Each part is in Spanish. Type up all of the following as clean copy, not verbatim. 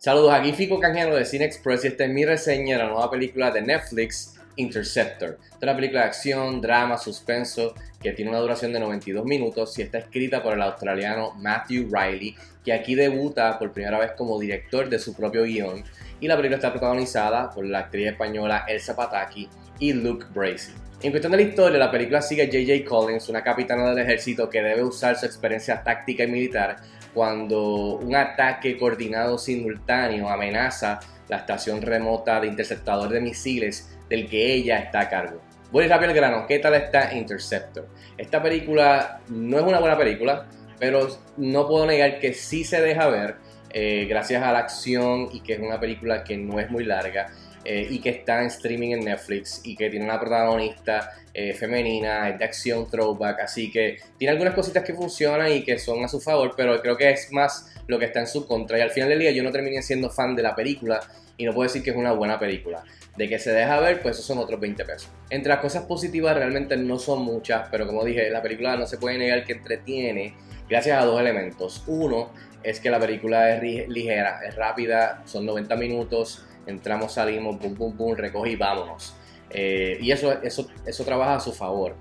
Saludos, aquí Fico Canjero de Cine Express y esta es mi reseña de la nueva película de Netflix, Interceptor. Esta es una película de acción, drama, suspenso que tiene una duración de 92 minutos y está escrita por el australiano Matthew Riley, que aquí debuta por primera vez como director de su propio guión, y la película está protagonizada por la actriz española Elsa Pataky y Luke Bracey. En cuestión de la historia, la película sigue a J.J. Collins, una capitana del ejército que debe usar su experiencia táctica y militar cuando un ataque coordinado simultáneo amenaza la estación remota de interceptador de misiles del que ella está a cargo. Voy rápido al grano, ¿qué tal está Interceptor? Esta película no es una buena película, pero no puedo negar que sí se deja ver gracias a la acción y que es una película que no es muy larga. Y que está en streaming en Netflix y que tiene una protagonista femenina, es de acción throwback, así que tiene algunas cositas que funcionan y que son a su favor, pero creo que es más lo que está en su contra, y al final del día yo no terminé siendo fan de la película y no puedo decir que es una buena película. De que se deja ver, pues esos son otros 20 pesos. Entre las cosas positivas realmente no son muchas, pero como dije, la película no se puede negar que entretiene gracias a dos elementos. Uno es que la película es ligera, es rápida, son 90 minutos, entramos, salimos, boom, boom, boom, recoge y vámonos. Y eso trabaja a su favor.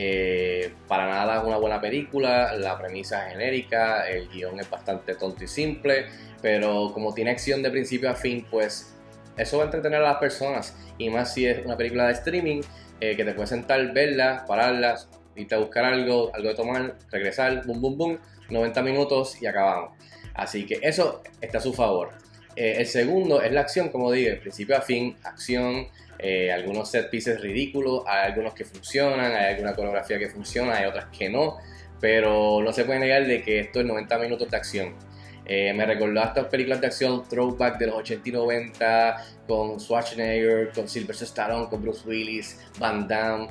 Para nada es una buena película, la premisa es genérica, el guión es bastante tonto y simple, pero como tiene acción de principio a fin, pues eso va a entretener a las personas, y más si es una película de streaming que te puedes sentar, verla, pararla, irte a buscar algo de tomar, regresar, boom, boom, boom, 90 minutos y acabamos. Así que eso está a su favor. El segundo es la acción, como digo, de principio a fin, acción, algunos set pieces ridículos, hay algunos que funcionan, hay alguna coreografía que funciona, hay otras que no, pero no se puede negar de que esto es 90 minutos de acción. Me recordó a estas películas de acción throwback de los 80 y 90 con Schwarzenegger, con Sylvester Stallone, con Bruce Willis, Van Damme,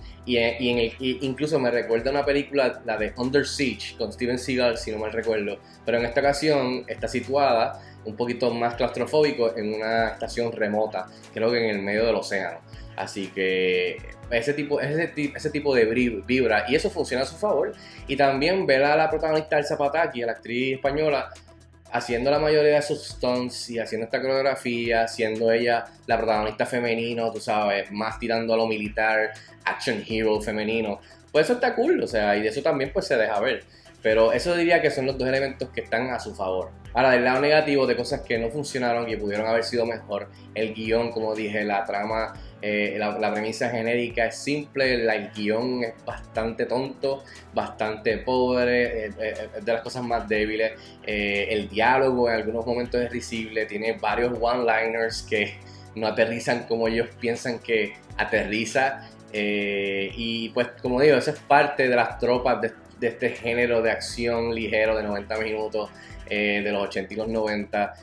incluso me recuerda a una película, la de Under Siege, con Steven Seagal, si no mal recuerdo, pero en esta ocasión está situada un poquito más claustrofóbico en una estación remota, creo que en el medio del océano. Así que ese tipo de vibra, y eso funciona a su favor. Y también ver a la protagonista Elsa Pataky, a la actriz española, haciendo la mayoría de sus stunts y haciendo esta coreografía, siendo ella la protagonista femenino, tú sabes, más tirando a lo militar, action hero femenino, pues eso está cool, o sea, y de eso también pues se deja ver. Pero eso diría que son los dos elementos que están a su favor. Ahora, del lado negativo, de cosas que no funcionaron y pudieron haber sido mejor, el guión, como dije, la trama, la premisa genérica es simple, el guión es bastante tonto, bastante pobre, es de las cosas más débiles. El diálogo en algunos momentos es risible, tiene varios one-liners que no aterrizan como ellos piensan que aterriza. Y pues, como digo, eso es parte de las tropas de este género de acción ligero de 90 minutos de los 80 y los 90,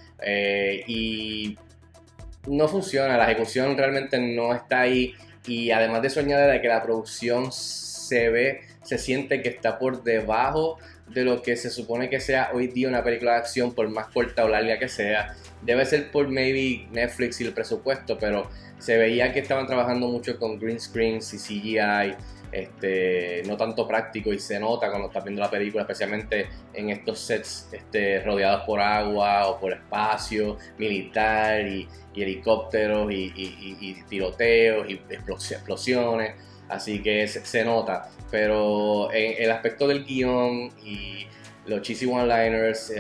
y no funciona, la ejecución realmente no está ahí, y además de eso añade de que la producción se siente que está por debajo de lo que se supone que sea hoy día una película de acción, por más corta o larga que sea. Debe ser por maybe Netflix y el presupuesto, pero se veía que estaban trabajando mucho con green screens y CGI, no tanto práctico, y se nota cuando estás viendo la película, especialmente en estos sets rodeados por agua o por espacio militar y helicópteros y tiroteos y explosiones, así que se nota. Pero en el aspecto del guión y los cheesy one-liners,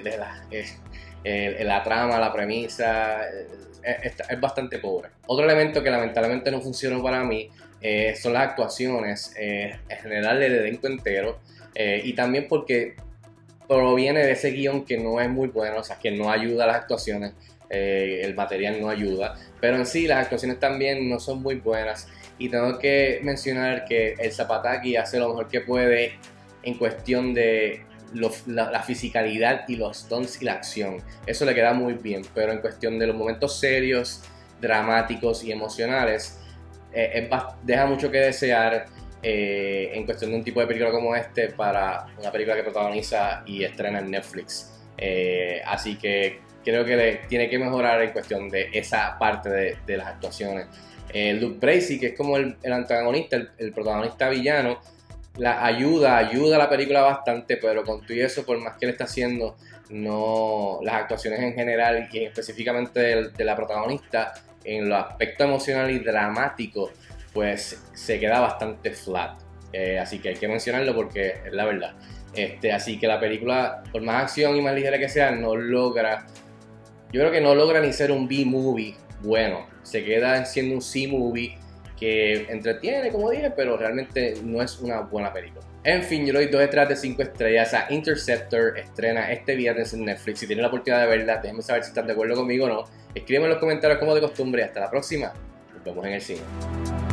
la trama, la premisa, es bastante pobre. Otro elemento que lamentablemente no funcionó para mí son las actuaciones, en general del elenco entero, y también porque proviene de ese guión que no es muy bueno, o sea, que no ayuda a las actuaciones, el material no ayuda, pero en sí las actuaciones también no son muy buenas, y tengo que mencionar que Elsa Pataky hace lo mejor que puede en cuestión de la fisicalidad y los stunts y la acción, eso le queda muy bien, pero en cuestión de los momentos serios, dramáticos y emocionales, deja mucho que desear en cuestión de un tipo de película como para una película que protagoniza y estrena en Netflix. Así que creo que tiene que mejorar en cuestión de esa parte de las actuaciones. Luke Bracey, que es como el antagonista, el protagonista villano, ayuda a la película bastante, pero con todo eso, por más que él está haciendo, no, las actuaciones en general y específicamente de la protagonista, en lo aspecto emocional y dramático, pues se queda bastante flat. Así que hay que mencionarlo porque es la verdad. Así que la película, por más acción y más ligera que sea, no logra, yo creo que no logra ni ser un B-movie bueno. Se queda siendo un C-movie que entretiene, como dije, pero realmente no es una buena película. En fin, yo le doy 2 estrellas de 5 estrellas a Interceptor. Estrena este viernes en Netflix. Si tienen la oportunidad de verla, déjenme saber si están de acuerdo conmigo o no. Escríbanme en los comentarios como de costumbre. Hasta la próxima. Nos vemos en el cine.